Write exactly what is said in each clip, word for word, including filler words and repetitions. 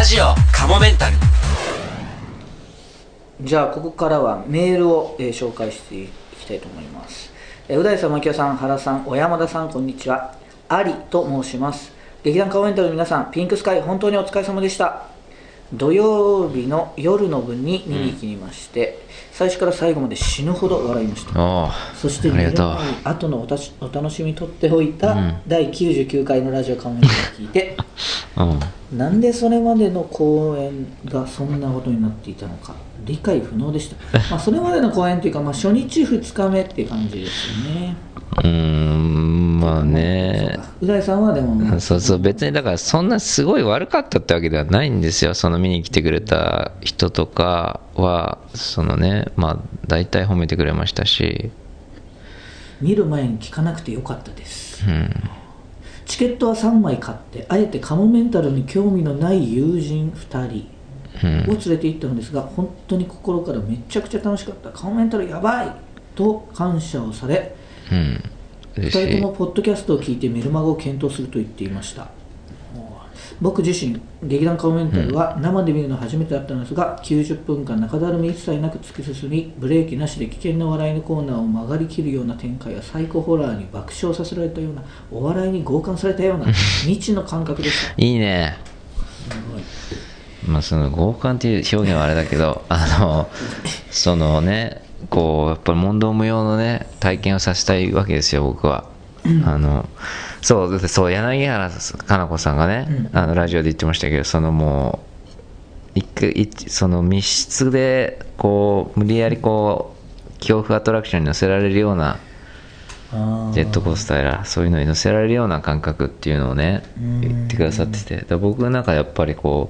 ジオカモメンタル。 じゃあここからはメールを、えー、紹介していきたいと思います。えー、う大さん、牧谷さん、原さん、小山田さん、こんにちは。アリと申します。劇団カモメンタルの皆さん、ピンクスカイ本当にお疲れ様でした。土曜日の夜の部に見に行きまして、うん、最初から最後まで死ぬほど笑いました。そして寝る前に後の お, たしお楽しみにとっておいた、うん、だいきゅうじゅうきゅうかいのラジオカモメンタルを聞いて、うん、なんでそれまでの公演がそんなことになっていたのか理解不能でした。まあそれまでの公演というか、まあ、初日ふつかめっていう感じですよね。 うーん、まあね、 う大さんはでも、 まあ、そうそう、別にだからそんなすごい悪かったってわけではないんですよ。その見に来てくれた人とかはそのね、まあ大体褒めてくれましたし、 見る前に聞かなくてよかったです、 うん、 チケットはさんまい買ってあえてカモメンタルに興味のない友人ふたりを連れて行ったのですが、本当に心からめちゃくちゃ楽しかった、カモメンタルやばいと感謝をされ、うん、ふたりともポッドキャストを聞いてメルマガを検討すると言っていました。僕自身劇団カモメンタルは生で見るの初めてだったのですが、きゅうじゅっぷんかん中だるみ一切なく突き進み、ブレーキなしで危険な笑いのコーナーを曲がりきるような展開やサイコホラーに爆笑させられたような、お笑いに強姦されたような未知の感覚でした。 いいね。まあその強姦っていう表現はあれだけど、あのそのね、こうやっぱり問答無用のね体験をさせたいわけですよ、僕は。あのそうそう、柳原加奈子さんがね、うん、あのラジオで言ってましたけど、そのもう一回その密室でこう無理やりこう恐怖アトラクションに乗せられるような、ジェットコースターやらそういうのに乗せられるような感覚っていうのをね言ってくださってて、だ僕の中でやっぱりこ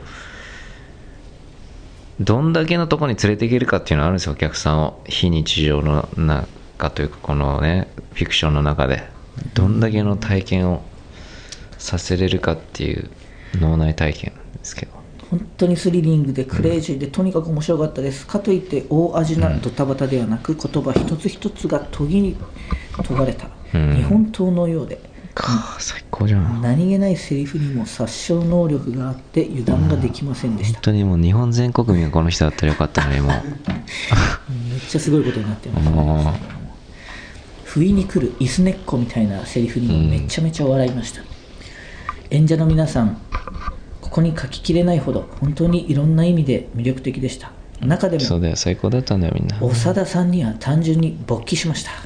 うどんだけのとこに連れていけるかっていうのがあるんですよ、お客さんを。非日常の中というか、このねフィクションの中でどんだけの体験をさせれるかっていう脳内体験なんですけど、 本当にスリリングでクレイジーで、うん、とにかく面白かったです。かといって大味なドタバタではなく、うん、言葉一つ一つが研ぎに研がれた、うん、日本刀のようで、 か最高じゃん。 何気ないセリフにも殺傷能力があって油断ができませんでした、 うん、本当にもう日本全国民がこの人だったらよかったのにもうめっちゃすごいことになってますね。不意に来る椅子根っこみたいなセリフにもめちゃめちゃ笑いました、うん、演者の皆さんここに書ききれないほど本当にいろんな意味で魅力的でした。中でもそうだよ、最高だったんだよみんな。 長田さんには単純に勃起しました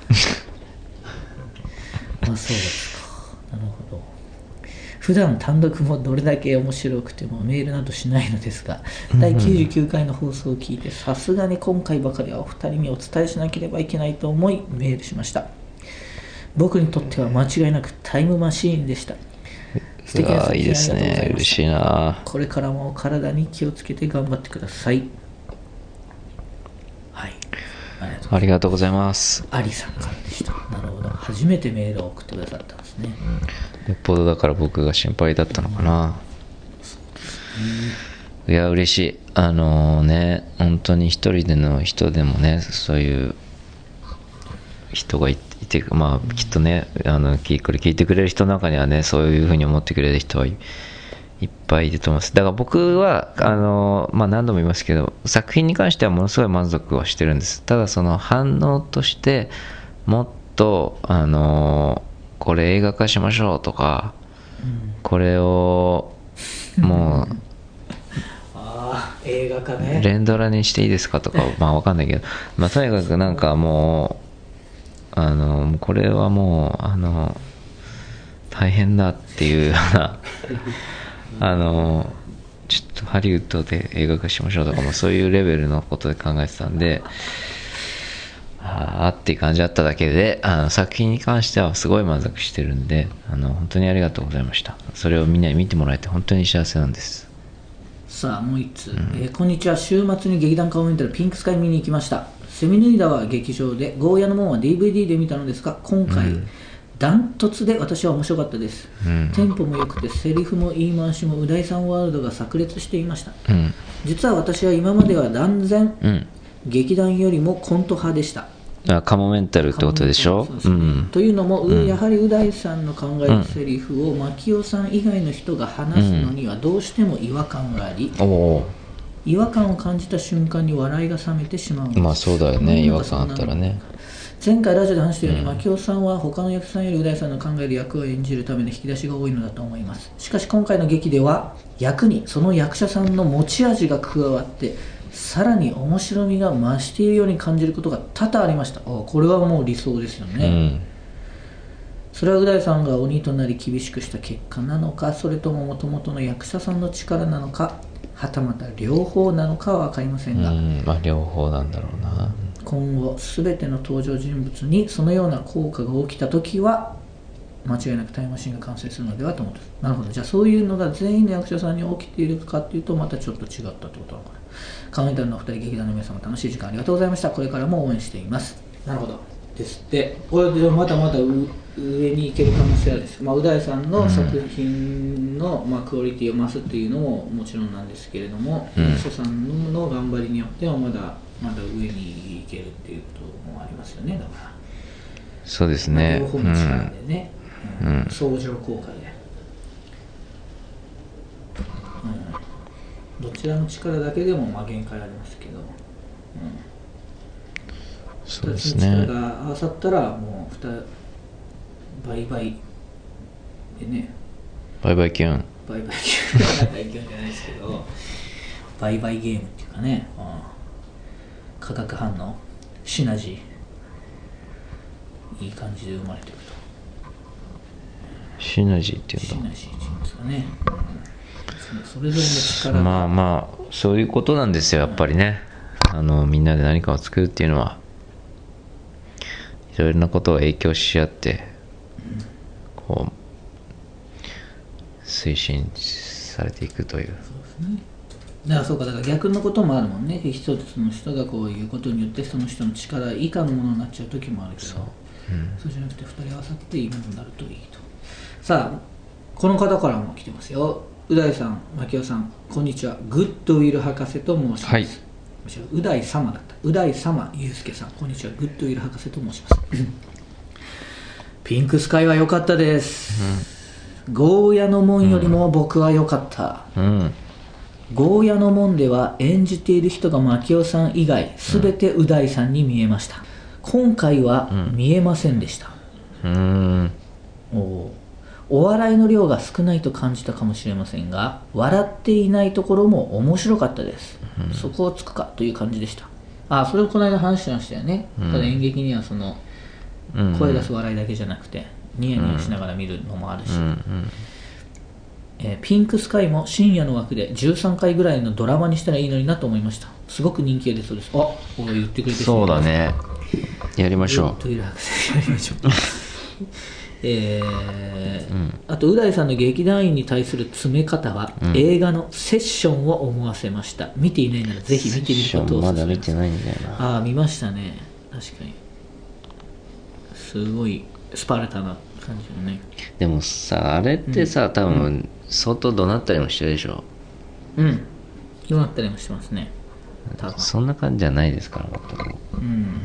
あ、そうですか、なるほど。普段単独もどれだけ面白くてもメールなどしないのですが、だいきゅうじゅうきゅうかいの放送を聞いて、さすがに今回ばかりはお二人にお伝えしなければいけないと思いメールしました。僕にとっては間違いなくタイムマシーンでした。素敵な作品ありがとうございました。 いいですね、嬉しいな。 これからも体に気をつけて頑張ってください。はい、 ありがとうございます。 アリさんからでした。なるほど、初めてメールを送ってくださったんですね。 よっぽどだから僕が心配だったのかな、うん、そうですね。いや嬉しい。あのー、ね本当に一人での人でもね、そういう人がいていて、まあきっとね、あのこれ聞いてくれる人の中にはね、そういうふうに思ってくれる人はいいっぱいいると思います。だから僕はあの、まあ、何度も言いますけど、作品に関してはものすごい満足はしてるんです。ただその反応としてもっとあのこれ映画化しましょうとか、うん、これをもうあ映画化ね、 連ドラにしていいですかとか、まあ分かんないけど、まあ、とにかくなんかもうあのこれはもうあの大変だっていうようなあのちょっとハリウッドで映画化しましょうとかもそういうレベルのことで考えてたんで、ああっていう感じだっただけで、あの作品に関してはすごい満足してるんで、あの本当にありがとうございました。それをみんなに見てもらえて本当に幸せなんです。 さあもう一つ、うんえー、こんにちは。週末に劇団カモメンタルピンクスカイ見に行きました。セミヌイダは劇場で、ゴーヤの門は ディーブイディー で見たのですが、今回、うん、ダントツで私は面白かったです、うん、テンポも良くてセリフも言い回しもう大さんワールドが炸裂していました、うん、実は私は今までは断然、うん、劇団よりもコント派でした。 あカモメンタルってことでしょ。 そうそうそう、 うんというのも、 うんやはりう大さんの考えるセリフを牧雄さん以外の人が話すのにはどうしても違和感があり、 おお違和感を感じた瞬間に笑いが冷めてしまうんです。 まあそうだよね、違和感あったらね。 前回ラジオで話したように、牧雄さんは他の役者さんよりう大さんの考える役を演じるための引き出しが多いのだと思います。しかし今回の劇では役にその役者さんの持ち味が加わってさらに面白みが増しているように感じることが多々ありました。あ、これはもう理想ですよね、 うん、 それはう大さんが鬼となり厳しくした結果なのか、それとももともとの役者さんの力なのか、はたまた両方なのかは分かりませんが、 うんまあ両方なんだろうな。 今後全ての登場人物にそのような効果が起きたときは間違いなくタイムマシンが完成するのではと思ってます。なるほど。じゃあそういうのが全員の役者さんに起きているかっていうとまたちょっと違ったってことなのかな。カメンタルのお二人、劇団の皆様、楽しい時間ありがとうございました。これからも応援しています。なるほどですって。これでまだまだ上に行ける可能性はです、まあ、う大さんの作品の、まあ、クオリティを増すっていうのももちろんなんですけれども、 うん役者さんの頑張りによってはまだまだ上に行けるっていうこともありますよね。だからそうですね、 両方の力でね、 うんうん、相乗効果で、うん、どちらの力だけでもまあ限界ありますけど、うん、 そうですふたつのね。 力が合わさったらもう倍々でね、 バイバイキュン。 倍々ゲーム倍々ゲームじゃないですけど、倍々ゲームっていうかね、うん、化学反応、シナジー、いい感じで生まれていくと。 シナジーっていシうんだ。 ナジーっていうんですかね、うん、それぞれの力が、 まあまあそういうことなんですよやっぱりね。あのみんなで何かを作るっていうのはいろいろなことを影響し合って、こう推進されていくという。 そうですね。だからそうか、だから逆のこともあるもんね。一つの人がこういうことによってその人の力以下のものになっちゃう時もあるけど、そう、うん、そうじゃなくてふたり合わさっていいものになるといいと。さあ、この方からも来てますよ。う大さん、牧雄さん、こんにちは。グッドウィル博士と申します。はい、う大様だった。う大様ゆうすけさん、こんにちは。グッドウィル博士と申します。ピンクスカイは良かったです。うん、ゴーヤの門よりも僕は良かった。うん、ゴーヤの門では演じている人が牧雄さん以外すべてう大さんに見えました。今回は見えませんでした。うん、おお笑いの量が少ないと感じたかもしれませんが、笑っていないところも面白かったです。うん、そこをつくかという感じでした。あ、それをこの間話してましたよね。うん、ただ演劇にはその声出す笑いだけじゃなくてニヤニヤしながら見るのもあるし、うんうん、えー、ピンクスカイも深夜の枠でじゅうさんかいぐらいのドラマにしたらいいのになと思いました。すごく人気が出そうです。あ、これ言ってくれてそうだね、やりましょう。 トイレ博士やりましょう。えーうん、あとう大さんの劇団員に対する詰め方は、うん、映画のセッションを思わせました。見ていないならぜひ見てみることをまだ見てないんだよな。 ああ、見ましたね。確かにすごいスパルタな感じのね。 でもさ、あれってさ、うん、多分相当怒鳴ったりもしてるでしょ。 うん、怒鳴ったりもしてますね。多分そんな感じじゃないですから、 うん、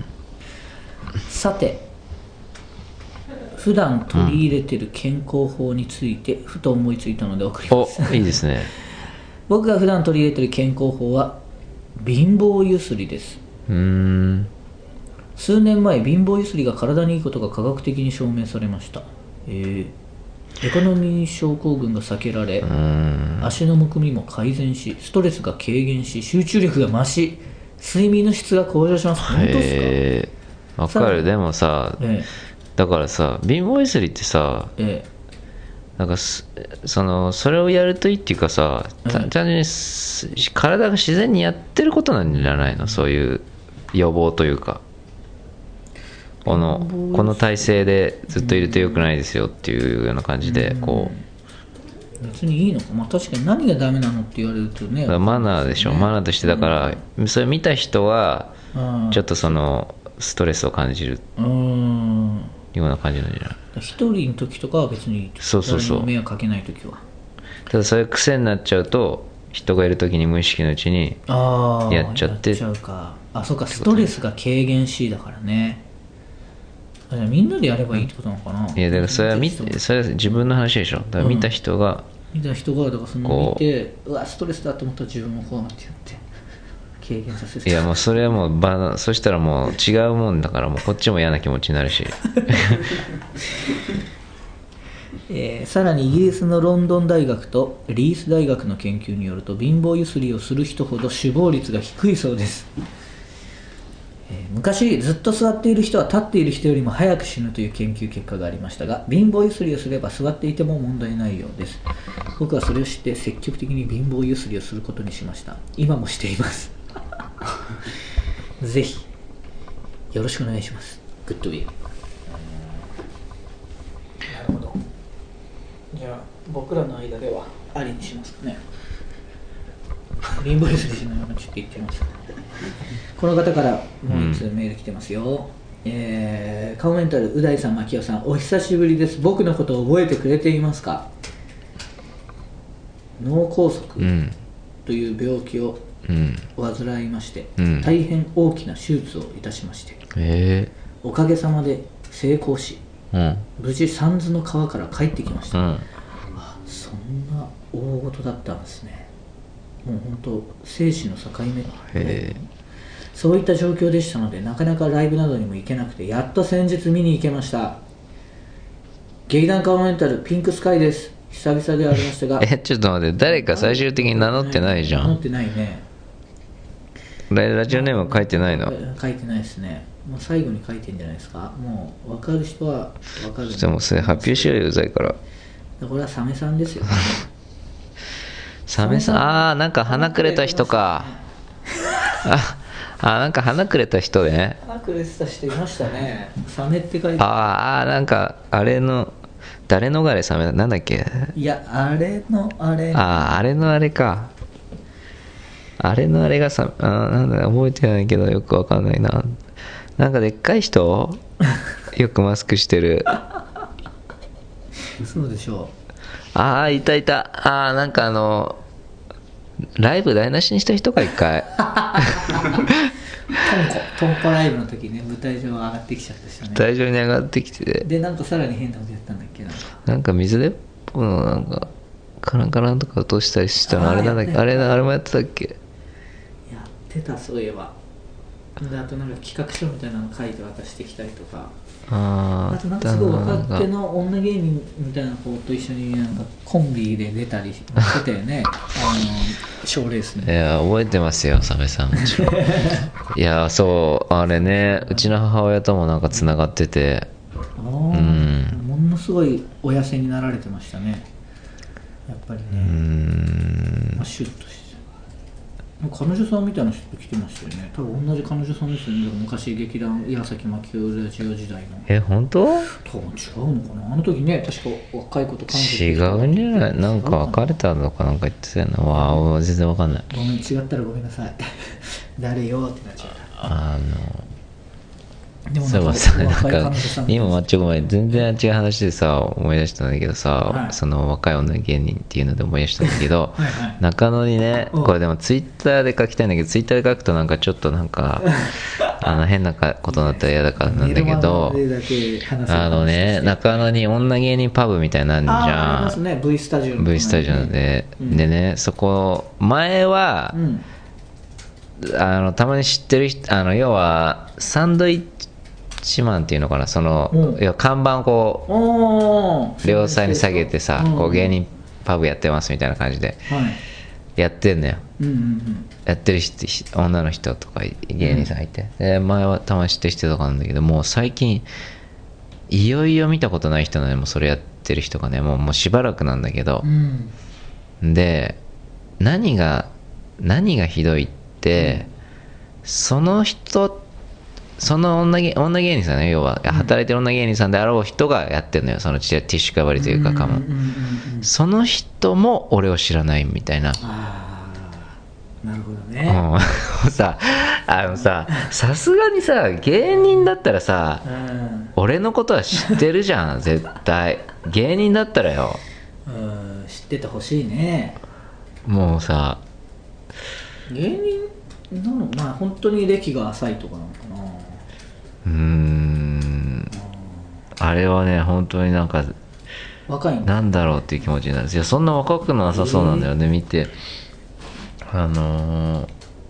さて、普段取り入れてる健康法についてふと思いついたので送ります。 お、いいですね。 僕が普段取り入れてる健康法は貧乏ゆすりです。うーん、数年前、貧乏ゆすりが体にいいことが科学的に証明されました。えー、エコノミー症候群が避けられ、足のむくみも改善し、ストレスが軽減し、集中力が増し、睡眠の質が向上します。本当ですか？ わかる。でもさ、えーだからさ、貧乏ゆすりってさ、ええ、なんかそのそれをやるといいっていうかさ、ええ、単純に体が自然にやってることなんじゃないの？そういう予防というか、このこの体勢でずっといると良くないですよっていうような感じで、こう別にいいのか、まあ、確かに何がダメなのって言われるとね、 マナーでしょ、ね、マナーとして。だから、うん、それ見た人はちょっとそのストレスを感じるような感じなんじゃない？ 一人の時とかは別にいい。 そうそうそう。 誰にも迷惑かけない時は。 ただそういう癖になっちゃうと人がいる時に無意識のうちにああやっちゃってやっちゃうか。あ、そうか、ストレスが軽減しだからね。あ、じゃあみんなでやればいいってことなのかな。 いやだからそれは見見た人それは自分の話でしょ。だから見た人が、 見た人がだからその見て、うわストレスだと思ったら自分もこうなってやって軽減させる。 いやもうそれはもうバラそしたらもう違うもんだから、もうこっちも嫌な気持ちになるしえーさらにイギリスのロンドン大学とリース大学の研究によると、貧乏ゆすりをする人ほど死亡率が低いそうです。えー昔ずっと座っている人は立っている人よりも早く死ぬという研究結果がありましたが、貧乏ゆすりをすれば座っていても問題ないようです。僕はそれを知って積極的に貧乏ゆすりをすることにしました。今もしていますぜひよろしくお願いします。グッドウィー。なるほど。じゃあ僕らの間ではありにしますかね。貧乏ゆすりしないようなちょっと言ってみます。この方からもう一つメール来てますよ。うん、えー、カモメンタルう大さん、牧雄さん、お久しぶりです。僕のことを覚えてくれていますか？脳梗塞という病気を患いまして、うん、大変大きな手術をいたしまして、えー、おかげさまで成功し、うん、無事三途の川から帰ってきました。うん、あ、そんな大事だったんですね。もう本当生死の境目、ね、そういった状況でしたので、なかなかライブなどにも行けなくて、やっと先日見に行けました。劇団カモメンタルピンクスカイです。久々ではありましたがえ、ちょっと待って、誰か最終的に名乗ってないじゃん。 名乗ってないね。 ラジオネーム書いてないの？ 書いてないですね。もう最後に書いてんじゃないですか。もう分かる人は分かる。 でもそれ発表しろよ、うざいから。 これはサメさんですよサメさん、ああ、なんか鼻くれた人か。ああ、なんか鼻くれた人ね。 鼻くれてた人いましたね。サメって書いてああ、なんかあれの誰のがれサメなんだっけ。 いや、あれのあれ、 ああ、あれのあれか。あれのあれがさ、あなんだ覚えてないけどよくわかんないな。なんかでっかい人よくマスクしてるそうでしょう。ああ、いたいた。ああ、なんかあのライブ台無しにした人か一回トンコトンコライブの時ね、舞台上上がってきちゃった人ね。 舞台上に上がってきてて、でなんかさらに変なことやったんだっけ。なんかなんか水鉄砲のなんかカランカランとか落としたりしたのあれなんだっけ。あれあれもやってたっけ。 やってた、そういえば。であとなんか企画書みたいなの書いて渡してきたりとか、ああとなんかすごい若手の女芸人みたいな子と一緒になんかコンビで出たりしてたよねあの賞レースに。 いや覚えてますよ、サメさんもちろんいやそうあれね、うちの母親ともなんかつながってて、 うん、ものすごいお痩せになられてましたね、やっぱりね。うーん、まあ、シュッとして彼女さんみたいな人来てましたよね。多分同じ彼女さんですよね。昔劇団岩崎真紀ラジオ時代の。 え、本当？ 多分違うのかな。あの時ね、確か若い子と彼女違うんじゃない？なんか別れたのかなんか言ってたよな。わあ、全然わかんない。 ごめん、違ったらごめんなさい誰よってなっちゃった。あのでもそうさ、なんか今マッチョごめん全然違う話でさ思い出したんだけどさ、はい、その若い女芸人っていうので思い出したんだけどはい、はい、中野にね、これでもツイッターで書きたいんだけど、ツイッターで書くとなんかちょっとなんかあの変なことになったら嫌だからなんだけどあのね、中野に女芸人パブみたいなんじゃん。 あ, ありますね、 V スタジオ、ね、V スタジオで、うん、でね、そこ前は、うん、あのたまに知ってる人、あの要はサンドイッチマンっていうのかな、その、うん、要は看板をこう両サイに下げてさ、うん、こう芸人パブやってますみたいな感じでやってんのよ、うんうんうん、やってる人女の人とか芸人さんがいて、うん、で前はたまに知ってる人とかなんだけど、もう最近いよいよ見たことない人なので、もうそれやってる人がね、もう、もうしばらくなんだけど、うん、で何が何がひどいって、うん、その人その女芸、女芸人さんね、要は働いてる女芸人さんであろう人がやってるのよ、そのティッシュ代わりというかかも、その人も俺を知らないみたいな。 ああ、なるほどね。 うん、さあのささすがにさ芸人だったらさ、うん、俺のことは知ってるじゃん絶対。芸人だったらよ、 うん、知っててほしいね。 もうさ芸人なの、まあ本当に歴が浅いとかなのかな。 うーんあれはね本当になんか若いんだ。 なんだろうっていう気持ちになるんです。いやそんな若くなさそうなんだよね、見てあのー、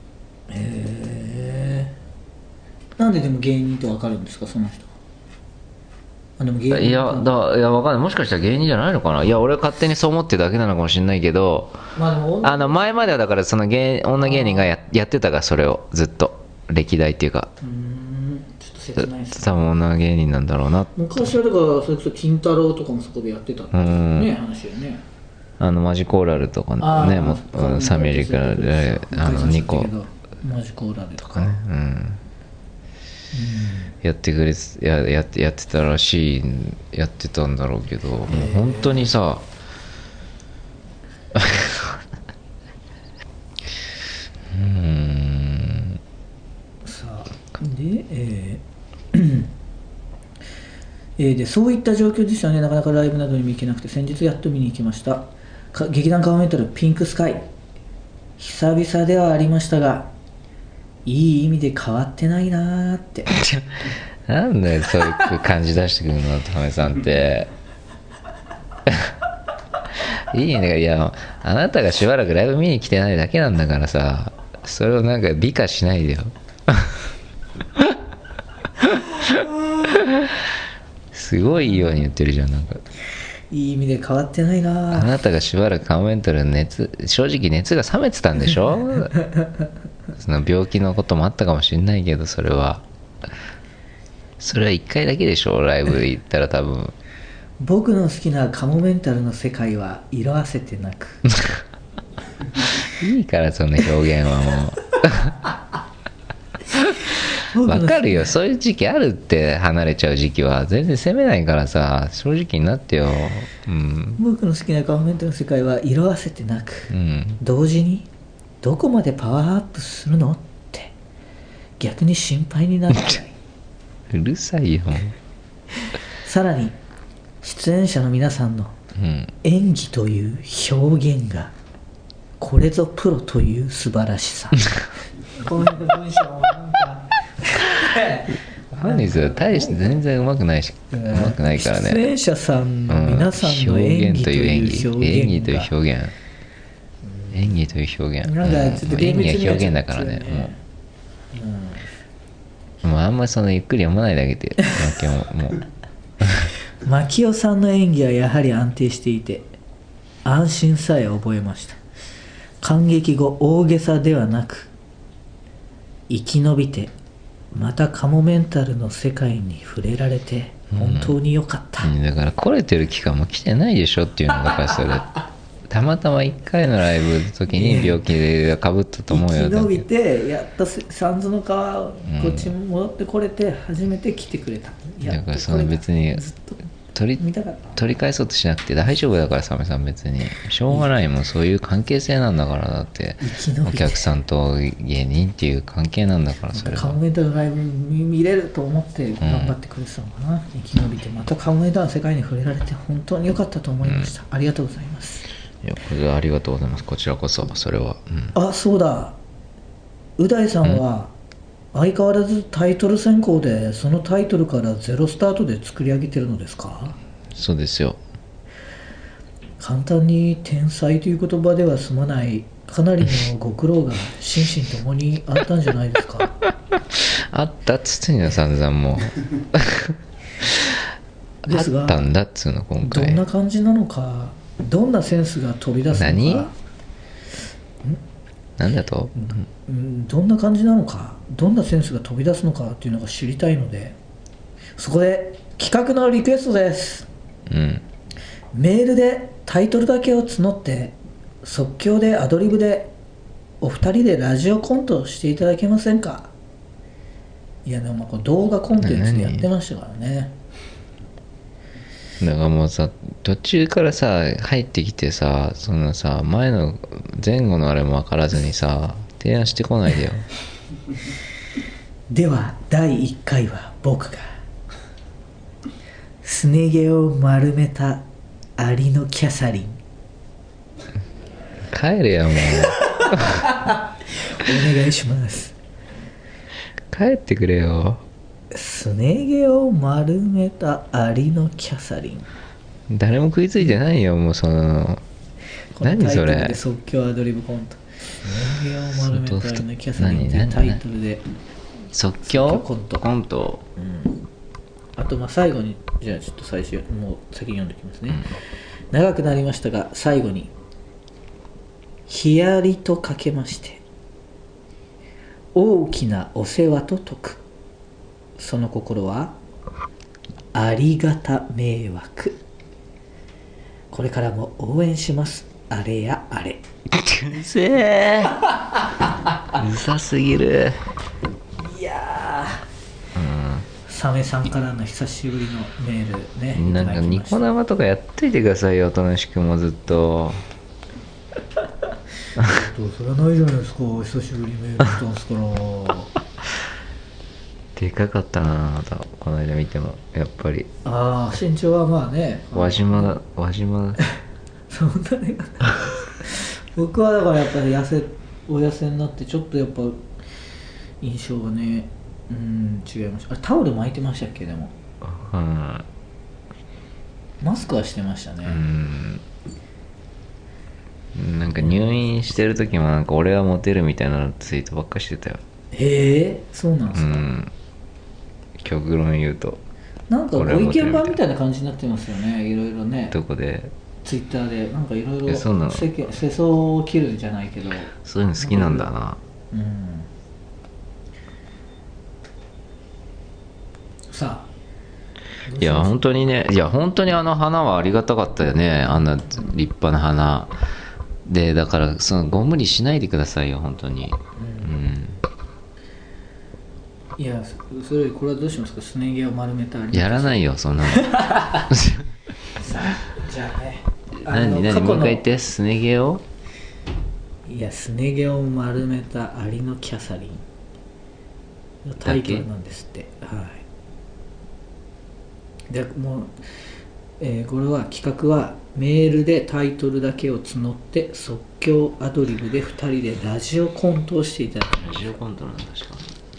へえ。なんででも芸人ってわかるんですかその人は。あでも芸人いやだいやわかんない、もしかしたら芸人じゃないのかな。いや俺は勝手にそう思ってるだけなのかもしれないけど、 まあでもあの前まではだからその芸女芸人が や, やってたから、それをずっと歴代っていうか、 うーんちょっと切ないですね。 多分女芸人なんだろうな。 昔はだからそれこそ金太郎とかもそこでやってたっていうね話よね。 あのマジコーラルとかあねもあサミリからであのニコマジコーラルとかね、うん、やってくれややってやってたらしい、やってたんだろうけど、もう本当にさうーんさあでえーえーでそういった状況でしたね。なかなかライブなどにも行けなくて先日やっと見に行きました。か劇団カモメンタルピンクスカイ、久々ではありましたがいい意味で変わってないなーってなんだよそういう感じ出してくるのタメさんっていいね。いやあなたがしばらくライブ見に来てないだけなんだからさ、それをなんか美化しないでよすごいいいように言ってるじゃん。なんかいい意味で変わってないなあなたがしばらくカモメンタルの熱正直熱が冷めてたんでしょその病気のこともあったかもしれないけど、それはそれはいっかいだけでしょライブ行ったら。多分僕の好きなカモメンタルの世界は色あせてなくいいからその表現はもうわかるよ、そういう時期あるって。離れちゃう時期は全然責めないからさ、正直になってよ。うん、 僕の好きなカモメンタルの世界は色あせてなく、 うん、 同時にどこまでパワーアップするのって逆に心配になるくらいうるさいよ。 さらに出演者の皆さんのうん演技という表現がこれぞプロという素晴らしさこういう文章もなんか何それ大して全然うまくないし、うまくないからね。 出演者さんの皆さんの演技という表現が、 演技という表現演技という表現なんかちょっと厳密に演技は表現だからね。もう、もうあんまりそのゆっくり読まないだけでもう牧雄さんの演技はやはり安定していて安心さえ覚えました。感激後大げさではなく生き延びてまたカモメンタルの世界に触れられて本当に良かった、 うん、だから来れてる期間も来てないでしょっていうのだから、それたまたまいっかいのライブの時に病気でかぶったと思うよ。 生き延びてやっとサンズの川こっちに戻ってこれて初めて来てくれた、 うん、だからその別にずっと取り取り返そうとしなくて大丈夫だから、サメさん別にしょうがない。もうそういう関係性なんだから。だってお客さんと芸人っていう関係なんだから。それはカモメンタルのライブ見れると思って頑張ってくれてたのかな、うん、生き延びてまたカモメンタルの世界に触れられて本当に良かったと思いました、うん、ありがとうございます。 いやこれはありがとうございます。こちらこそ。それは、 うん、あそうだ、う大さんは相変わらずタイトル選考でそのタイトルからゼロスタートで作り上げてるのですか？ そうですよ。 簡単に天才という言葉では済まないかなりのご苦労が心身ともにあったんじゃないですか？ あったっつってんじゃん散々もうですがあったんだっつうの今回。 どんな感じなのか、どんなセンスが飛び出すのか。 何？なんだと、 うん、どんな感じなのか、どんなセンスが飛び出すのかっていうのが知りたいので、そこで企画のリクエストです、 うん、 メールでタイトルだけを募って即興でアドリブでお二人でラジオコントをしていただけませんか？いやでもこれ動画コンテンツでやってましたからね。 だからもうさ途中からさ入ってきてさ、そのさ前の前後のあれも分からずにさ提案してこないでよではだいいっかいは僕がすね毛を丸めたアリのキャサリン。 帰れよもうお願いします。 帰ってくれよ。 すね毛を丸めたアリのキャサリン。 誰も食いついてないよ、もうそのこのタイ何それトルで即興アドリブコント。すね毛を丸めたアリのキャサリンっていうタイトルで即興コント。 コント、 うん、あとまあ最後に、じゃあちょっと最初もう先に読んでおきますね、うん、長くなりましたが最後にヒヤリとかけまして大きなお世話と説く。その心はありがた迷惑。これからも応援します。あれやあれ。 うせえうざすぎる。 いやー、うん、 サメさんからの久しぶりのメールね。 なんかニコ生とかやっといてくださいよ、楽しくもずっと。 それはないじゃないですか、久しぶりにメール来たんですから。 でかかったな、またこの間見てもやっぱり。 ああ、身長はまあね、 輪島だ輪島だそんなに僕はだからやっぱり痩せお痩せになってちょっとやっぱ印象がね、うん、違いました。あれタオル巻いてましたっけ？でもうんマスクはしてましたね。 うん、なんか入院してる時もなんか俺はモテるみたいなツイートばっかしてたよ。 へえ、そうなんですか。うん、 極論言うとなんかご意見番みたいな感じになってますよね、いろいろね。 どこで？ ツイッターでなんかいろいろ世間世相を切るんじゃないけど、 そういうの好きなんだな。 うん。さあ、 いや本当にね、いや本当にあの花はありがたかったよね、あんな立派な花で。だからそのご無理しないでくださいよ本当に。うん、うん、 いや、それよりこれはどうしますか？すね毛を丸めたりやらないよそんなの。 さあ、じゃあね、 何何もう一回言って。すね毛をいやすね毛を丸めたアリのキャサリンのタイトルなんですって。はい。でもう、えー、これは企画はメールでタイトルだけを募って即興アドリブでふたりでラジオコントをしていただきました。 ラジオコントなんだ。確か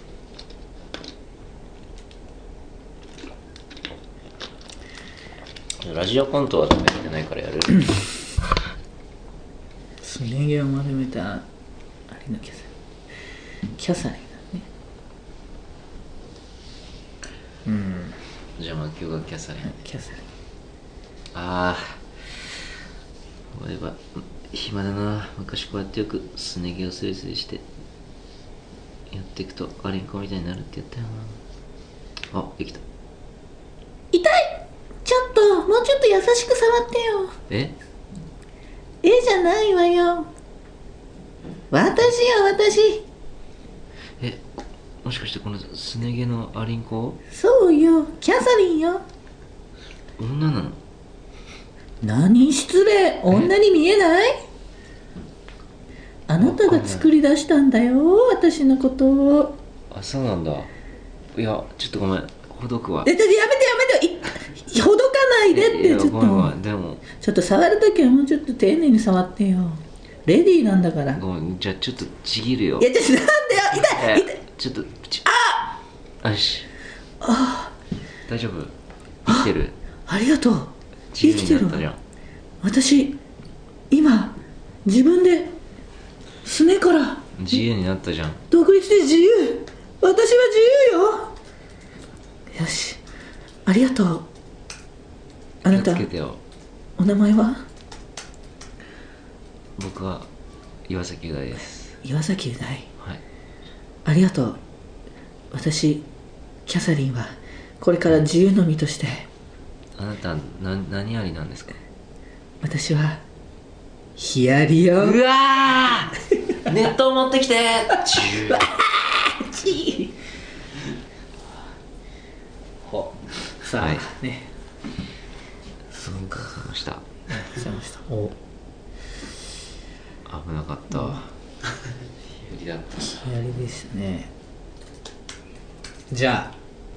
にラジオコントは食べてないからやる。 すね毛を丸めたありのキャサリンキャサリンだね。うん。 じゃあまあ今日がキャサリン。 キャサリン。 ああ俺は暇だな。昔こうやってよくすね毛をスリスリしてやっていくとアリンコみたいになるって言ったよな。あ、できた。 痛い。ちょっともうちょっと優しく触ってよ。 ええじゃないわよ。私よ私。 えもしかしてこのすね毛のアリンコ？ そうよ、キャサリンよ。 女なの？ 何失礼、女に見えない？あなたが作り出したんだよ、私のことを。 あ、そうなんだ。いやちょっとごめん、ほどくわ。 え、ちょっとやめてやめて、いほどかないでって。ちょっとでもちょっと触るときはもうちょっと丁寧に触ってよ。レディーなんだから。 ごめん、じゃあちょっとちぎるよ。 いやちょっとなんだよ、痛い、痛い。 ちょっとちあよし。あ大丈夫？生きてる？ ありがとう。生きてる。 じゃん。 私今自分ですねから自由になったじゃん。 独立で自由。私は自由よ。よし、ありがとう。あなた気をつけてよ。 お名前は？ 僕は岩崎う大です。 岩崎う大。はい。ありがとう。私キャサリンはこれから自由の身として。 あなたな何ありなんですか？ 私はヒヤリよ。 うわーネットを持ってきてチューチーほさあ、はい、ねそうかそうました。 そうました。お危なかった。ヒヤリだった。 ヒヤリですね。じゃあ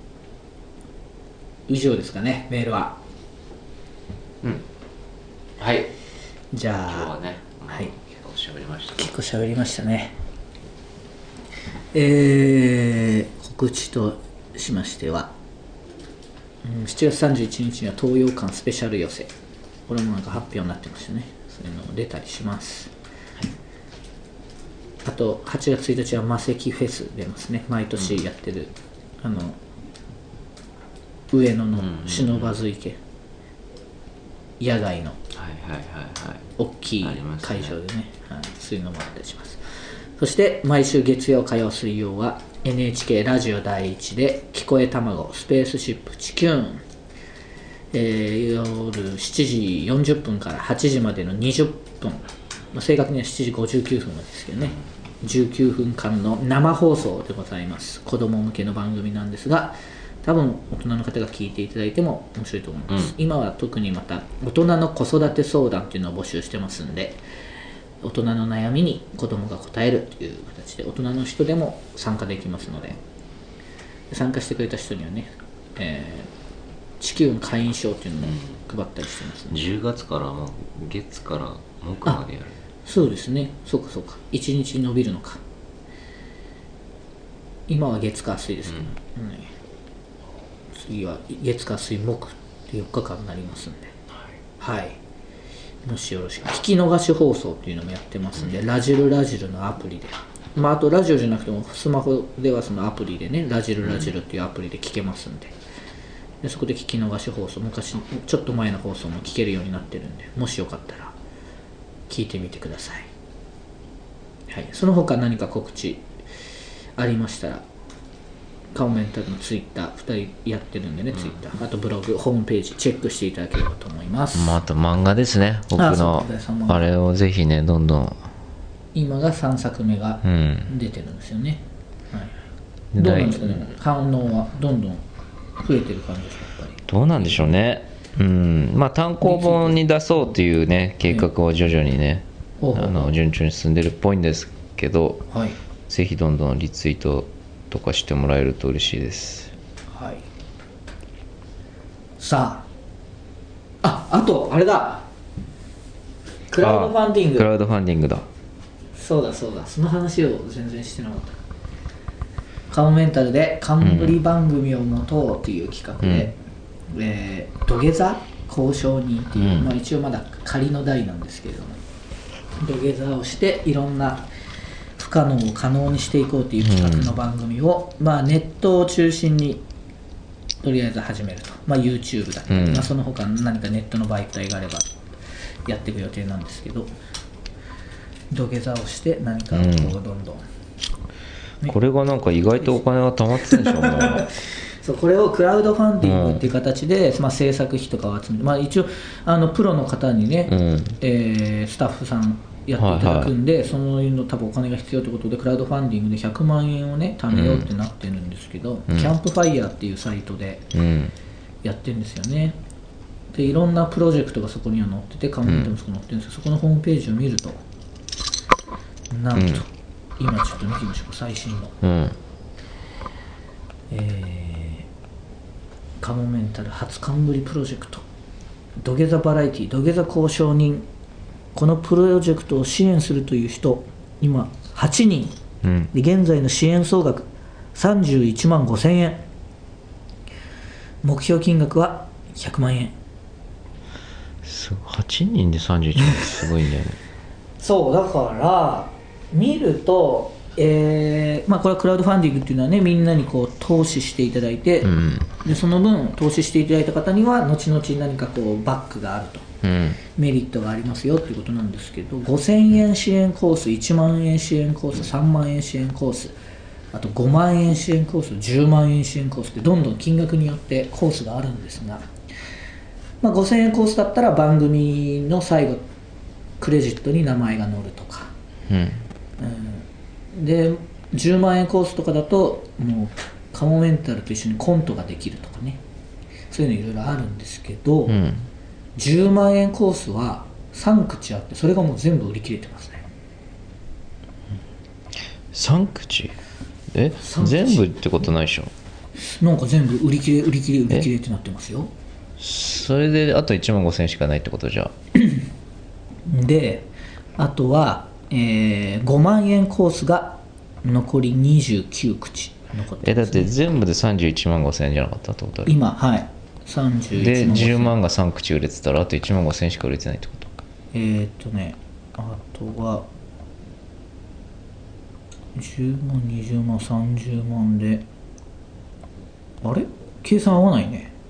以上ですかね、メールは。 うんはい。 じゃあ今日はね、 はい、 結構喋りました。 結構喋りましたね。 えー、告知としましては、うん、しちがつさんじゅういちにちには東洋館スペシャル寄せ、これもなんか発表になってましたね。そういうのも出たりします。あとはちがつついたちはマセキフェス出ますね。毎年やってる、うん、あの上野の不忍池、野外の大きい会場でね、はい、そういうのもあったりします。そして毎週月曜火曜水曜は エヌエイチケー ラジオ第一で聞こえ卵スペースシップ地球ン、えー、夜しちじよんじゅっぷんからはちじまでのにじゅっぷん、まあ、正確にはしちじごじゅうきゅうふんまでですけどね、じゅうきゅうふんかんの生放送でございます。子供向けの番組なんですが、多分大人の方が聞いていただいても面白いと思います、うん、今は特にまた大人の子育て相談っていうのを募集してますんで、大人の悩みに子供が答えるという形で大人の人でも参加できますので、参加してくれた人にはね、えー、地球の会員証っていうのも配ったりしてますので、 うん、じゅうがつからもう月から木までやる。 そうですね、そうかそうか、いちにち伸びるのか。今は月火水ですけど、うんうん、次は月火水木ってよっかかんになりますんで、はい、はい、もしよろしく聞き逃し放送っていうのもやってますんで、うん、ラジルラジルのアプリで、まあ、あとラジオじゃなくてもスマホではそのアプリでね、ラジルラジルっていうアプリで聞けますんで、でそこで聞き逃し放送、昔ちょっと前の放送も聞けるようになってるんで、もしよかったら聞いてみてください。はい、その他何か告知ありましたら、カモメンタルのツイッターふたりやってるんでね、うん、ツイッター、あとブログ、ホームページチェックしていただければと思います。 まあ、あと漫画ですね、僕の あ, あれをぜひね、どんどん今がさんさくめが出てるんですよね、うん、はい、どうなんですかね、反応はどんどん増えてる感じですか。やっぱりどうなんでしょうね、うん、まあ単行本に出そうというね計画を徐々にね、あの順調に進んでるっぽいんですけど、はい、ぜひどんどんリツイートとかしてもらえると嬉しいです。 はい。さあ、あ、あとあれだ、クラウドファンディング。 クラウドファンディングだ。 そうだそうだ、その話を全然してなかった。カモメンタルで冠番組を持とうっていう企画で、うん、えー、土下座交渉人っていう、うん、まあ、一応まだ仮の代なんですけれども、土下座をしていろんな不可能を可能にしていこうという企画の番組を、うん、まあ、ネットを中心にとりあえず始めると、まあ、YouTube だったり、うん、まあ、その他何かネットの媒体があればやっていく予定なんですけど、土下座をして何かをこうどんどん、 うん、これがなんか意外とお金が貯まってるんでしょうねそう、これをクラウドファンディングっていう形で、うん、まあ、制作費とかを集めて、まあ、一応あのプロの方にね、うん、えー、スタッフさんやっていただくんで、はいはい、そのの多分お金が必要ということでクラウドファンディングでひゃくまんえんをね貯めようってなってるんですけど、うん、キャンプファイヤーっていうサイトでやってるんですよね。でいろんなプロジェクトがそこには載ってて、カモメンタもそこ載ってるんですけど、そこのホームページを見ると、なんと、うん、今ちょっと見てみましょうか、最新の、うん、えー、カモメンタル初冠プロジェクト土下座バラエティ土下座交渉人、このプロジェクトを支援するという人今はちにん、うん、で現在の支援総額さんじゅういちまんごせんえん、目標金額はひゃくまんえん。 はちにんでさんじゅういちまんってすごいんだよねそうだから見ると、えーまあ、これはクラウドファンディングっていうのはね、みんなにこう投資していただいて、うん、でその分投資していただいた方には後々何かこうバックがあると、うん、メリットがありますよっていうことなんですけど、ごせんえん支援コース、いちまんえん支援コース、さんまんえん支援コース、あとごまんえん支援コース、じゅうまんえん支援コースってどんどん金額によってコースがあるんですが、まあ、ごせんえんコースだったら番組の最後クレジットに名前が載るとか、うんうん、でじゅうまんえんコースとかだともうカモメンタルと一緒にコントができるとかね、そういうのいろいろあるんですけど、うん、じゅうまんえんコースはさん口あって、それがもう全部売り切れてますね。 さん口？え全部ってことないでしょ。 なんか全部売り切れ売り切れ売り切れってなってますよ。 それであといちまんごせんえんしかないってことじゃで、あとは、えー、ごまんえんコースが残りにじゅうきゅうくち残ってえだっます、ね、 て全部でさんじゅういちまんごせんえんじゃなかったってことある今はいさんじゅういちまんでじゅうまんがさん口売れてたらあといちまんごせんしか売れてないってこと？ えー、っとねあとはじゅうまんにじゅうまんさんじゅうまんであれ計算合わないね。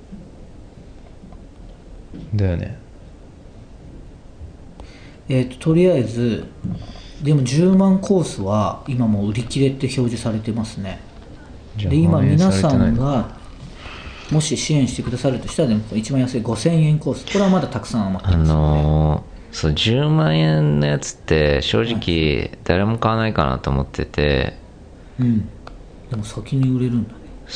だよね。 えー、ととりあえずでもじゅうまんコースは今もう売り切れって表示されてますね。で今皆さんがもし支援してくださるとしたらでも一番安いごせんえんコース、これはまだたくさん余ってますので、あのー、そうじゅうまんえんのやつって正直誰も買わないかなと思ってて、 はい、うんでも先に売れるんだね。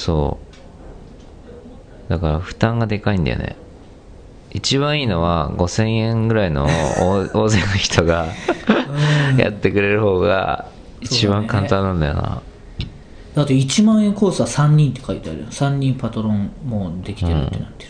そうだから負担がでかいんだよね。一番いいのはごせんえんぐらいの大勢の人がやってくれる方が一番簡単なんだよな。 だっていちまんえんコースはさんにんって書いてあるよ。さんにんパトロンもうできてるってなってる、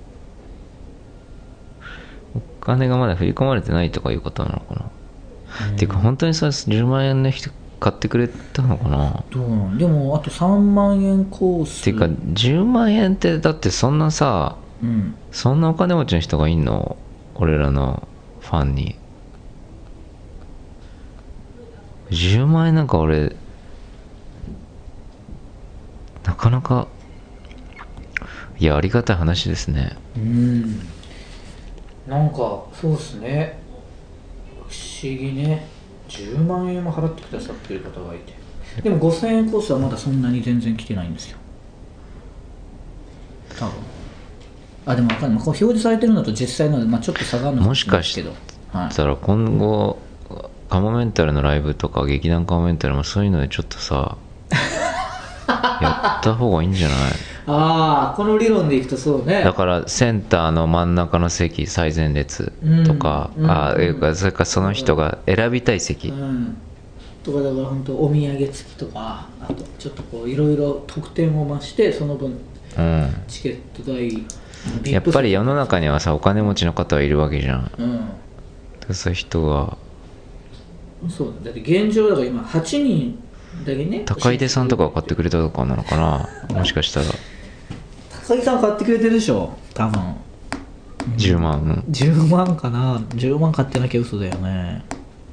うん、お金がまだ振り込まれてないとかいうことなのかな、うん、ていうか本当にさじゅうまんえんの人買ってくれたのかな。 どうなんでもあとさんまんえんコースていうかじゅうまんえんってだってそんなさ、 うん、 そんなお金持ちの人がいんの？俺らのファンにじゅうまんえんなんか俺なかなかいやありがたい話ですね。 うんなんかそうですね、不思議ね。じゅうまんえんも払ってくださってる方がいて、でもごせんえんコースはまだそんなに全然来てないんですよ多分。あでも分かんない、こう表示されてるのと実際ので、まあ、ちょっと差があるのかもしれないですけど、 もしかしたら今後、うん、カモメンタルのライブとか劇団カモメンタルもそういうのでちょっとさやった方がいいんじゃない？ ああこの理論でいくとそうね。 だからセンターの真ん中の席最前列とか、うん、あ、うん、それからその人が選びたい席、うん、 とかだから本当お土産付きとかあとちょっとこういろいろ特典を増してその分、うん、チケット代やっぱり世の中にはさお金持ちの方はいるわけじゃん、 うん、 そういう人がそうだ、だって現状だから今はちにんだけね。 高出さんとかが買ってくれたとかなのかなもしかしたら。 高木さん買ってくれてるでしょ多分、 うん、じゅうまんじゅうまんかな。じゅうまん買ってなきゃ嘘だよね。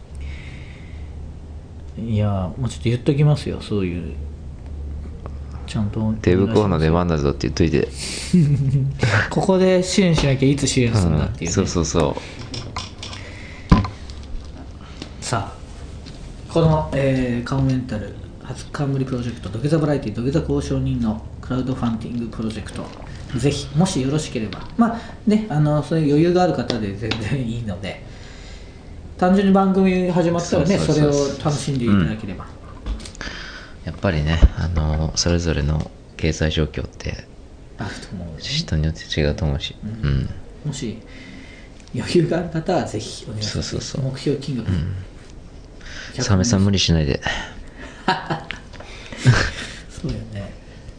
いやもうちょっと言っときますよ、そういうちゃんと手袋の出番だぞって言っといてここで支援しなきゃいつ支援するんだっていう、ね、 うん、そうそうそう。 さあこの、えー、カモメンタル初冠プロジェクト土下座バラエティ土下座交渉人のクラウドファンディングプロジェクト、ぜひもしよろしければまあねあのそういう余裕がある方で全然いいので、単純に番組始まったらねそれを楽しんでいただければ、うん、 やっぱりねあのそれぞれの経済状況ってあると思う、ね、 人によって違うと思うし、うんうん、もし余裕がある方はぜひお願いします。そうそうそう目標金額、うんサメさん無理しないでそうよね。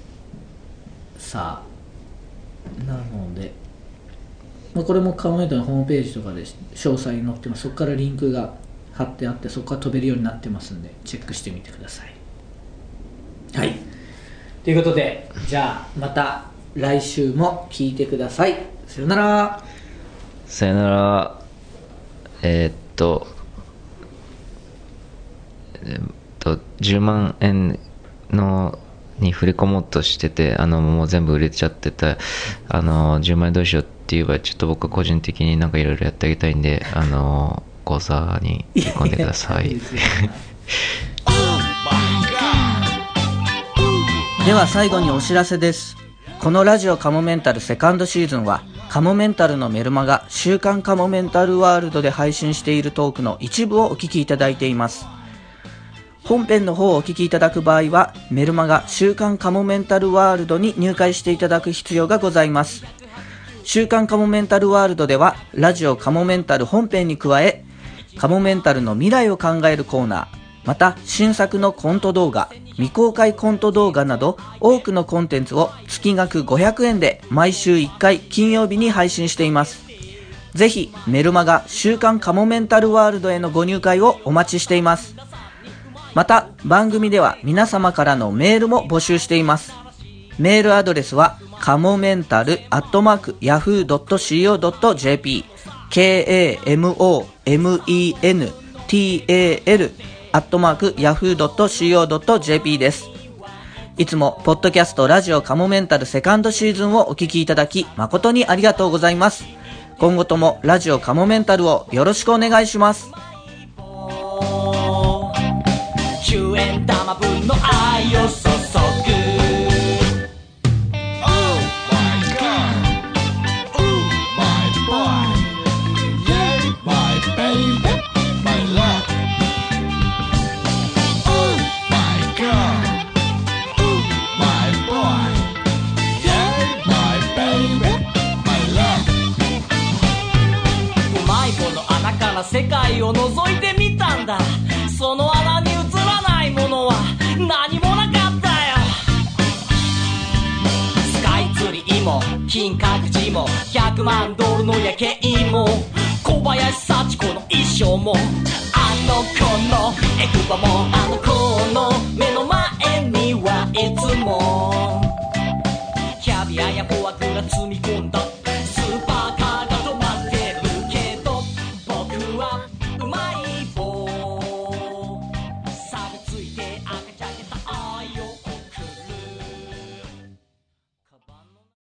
さあなので、まあ、これもカモメントのホームページとかで詳細に載ってます。そこからリンクが貼ってあってそこから飛べるようになってますんでチェックしてみてください。はいということでじゃあまた来週も聞いてください。さよなら。 さよなら。えー、っとえっとじゅうまんえんのに振り込もうとしててあのもう全部売れちゃってたあのじゅうまんえんどうしようって言えばちょっと僕は個人的になんかいろいろやってあげたいんであの口座に振り込んでください。 では最後にお知らせです。このラジオカモメンタルセカンドシーズンはカモメンタルのメルマガ週刊カモメンタルワールドで配信しているトークの一部をお聞きいただいています。本編の方をお聞きいただく場合はメルマガ週刊カモメンタルワールドに入会していただく必要がございます。週刊カモメンタルワールドではラジオカモメンタル本編に加えカモメンタルの未来を考えるコーナー、また新作のコント動画、未公開コント動画など多くのコンテンツを月額ごひゃくえんで毎週いっかい金曜日に配信しています。ぜひメルマガ週刊カモメンタルワールドへのご入会をお待ちしています。 また番組では皆様からのメールも募集しています。メールアドレスはカモメンタルアットマークヤフードットシーオードットジェーピー ケーエーエムオーエムイーエヌティーエーエル アットマークヤフードットシーオードットジェーピー です。いつもポッドキャストラジオカモメンタルセカンドシーズンをお聞きいただき誠にありがとうございます。今後ともラジオカモメンタルをよろしくお願いします。じゅうえん玉分の愛を注ぐ世界を覗いてみたんだ。その穴に映らないものは何もなかったよ。スカイツリーも金閣寺もひゃくまんドルの夜景も小林幸子の衣装もあの子のエクバもあの子の目の前にはいつもキャビアやフォアグラ積み込んだ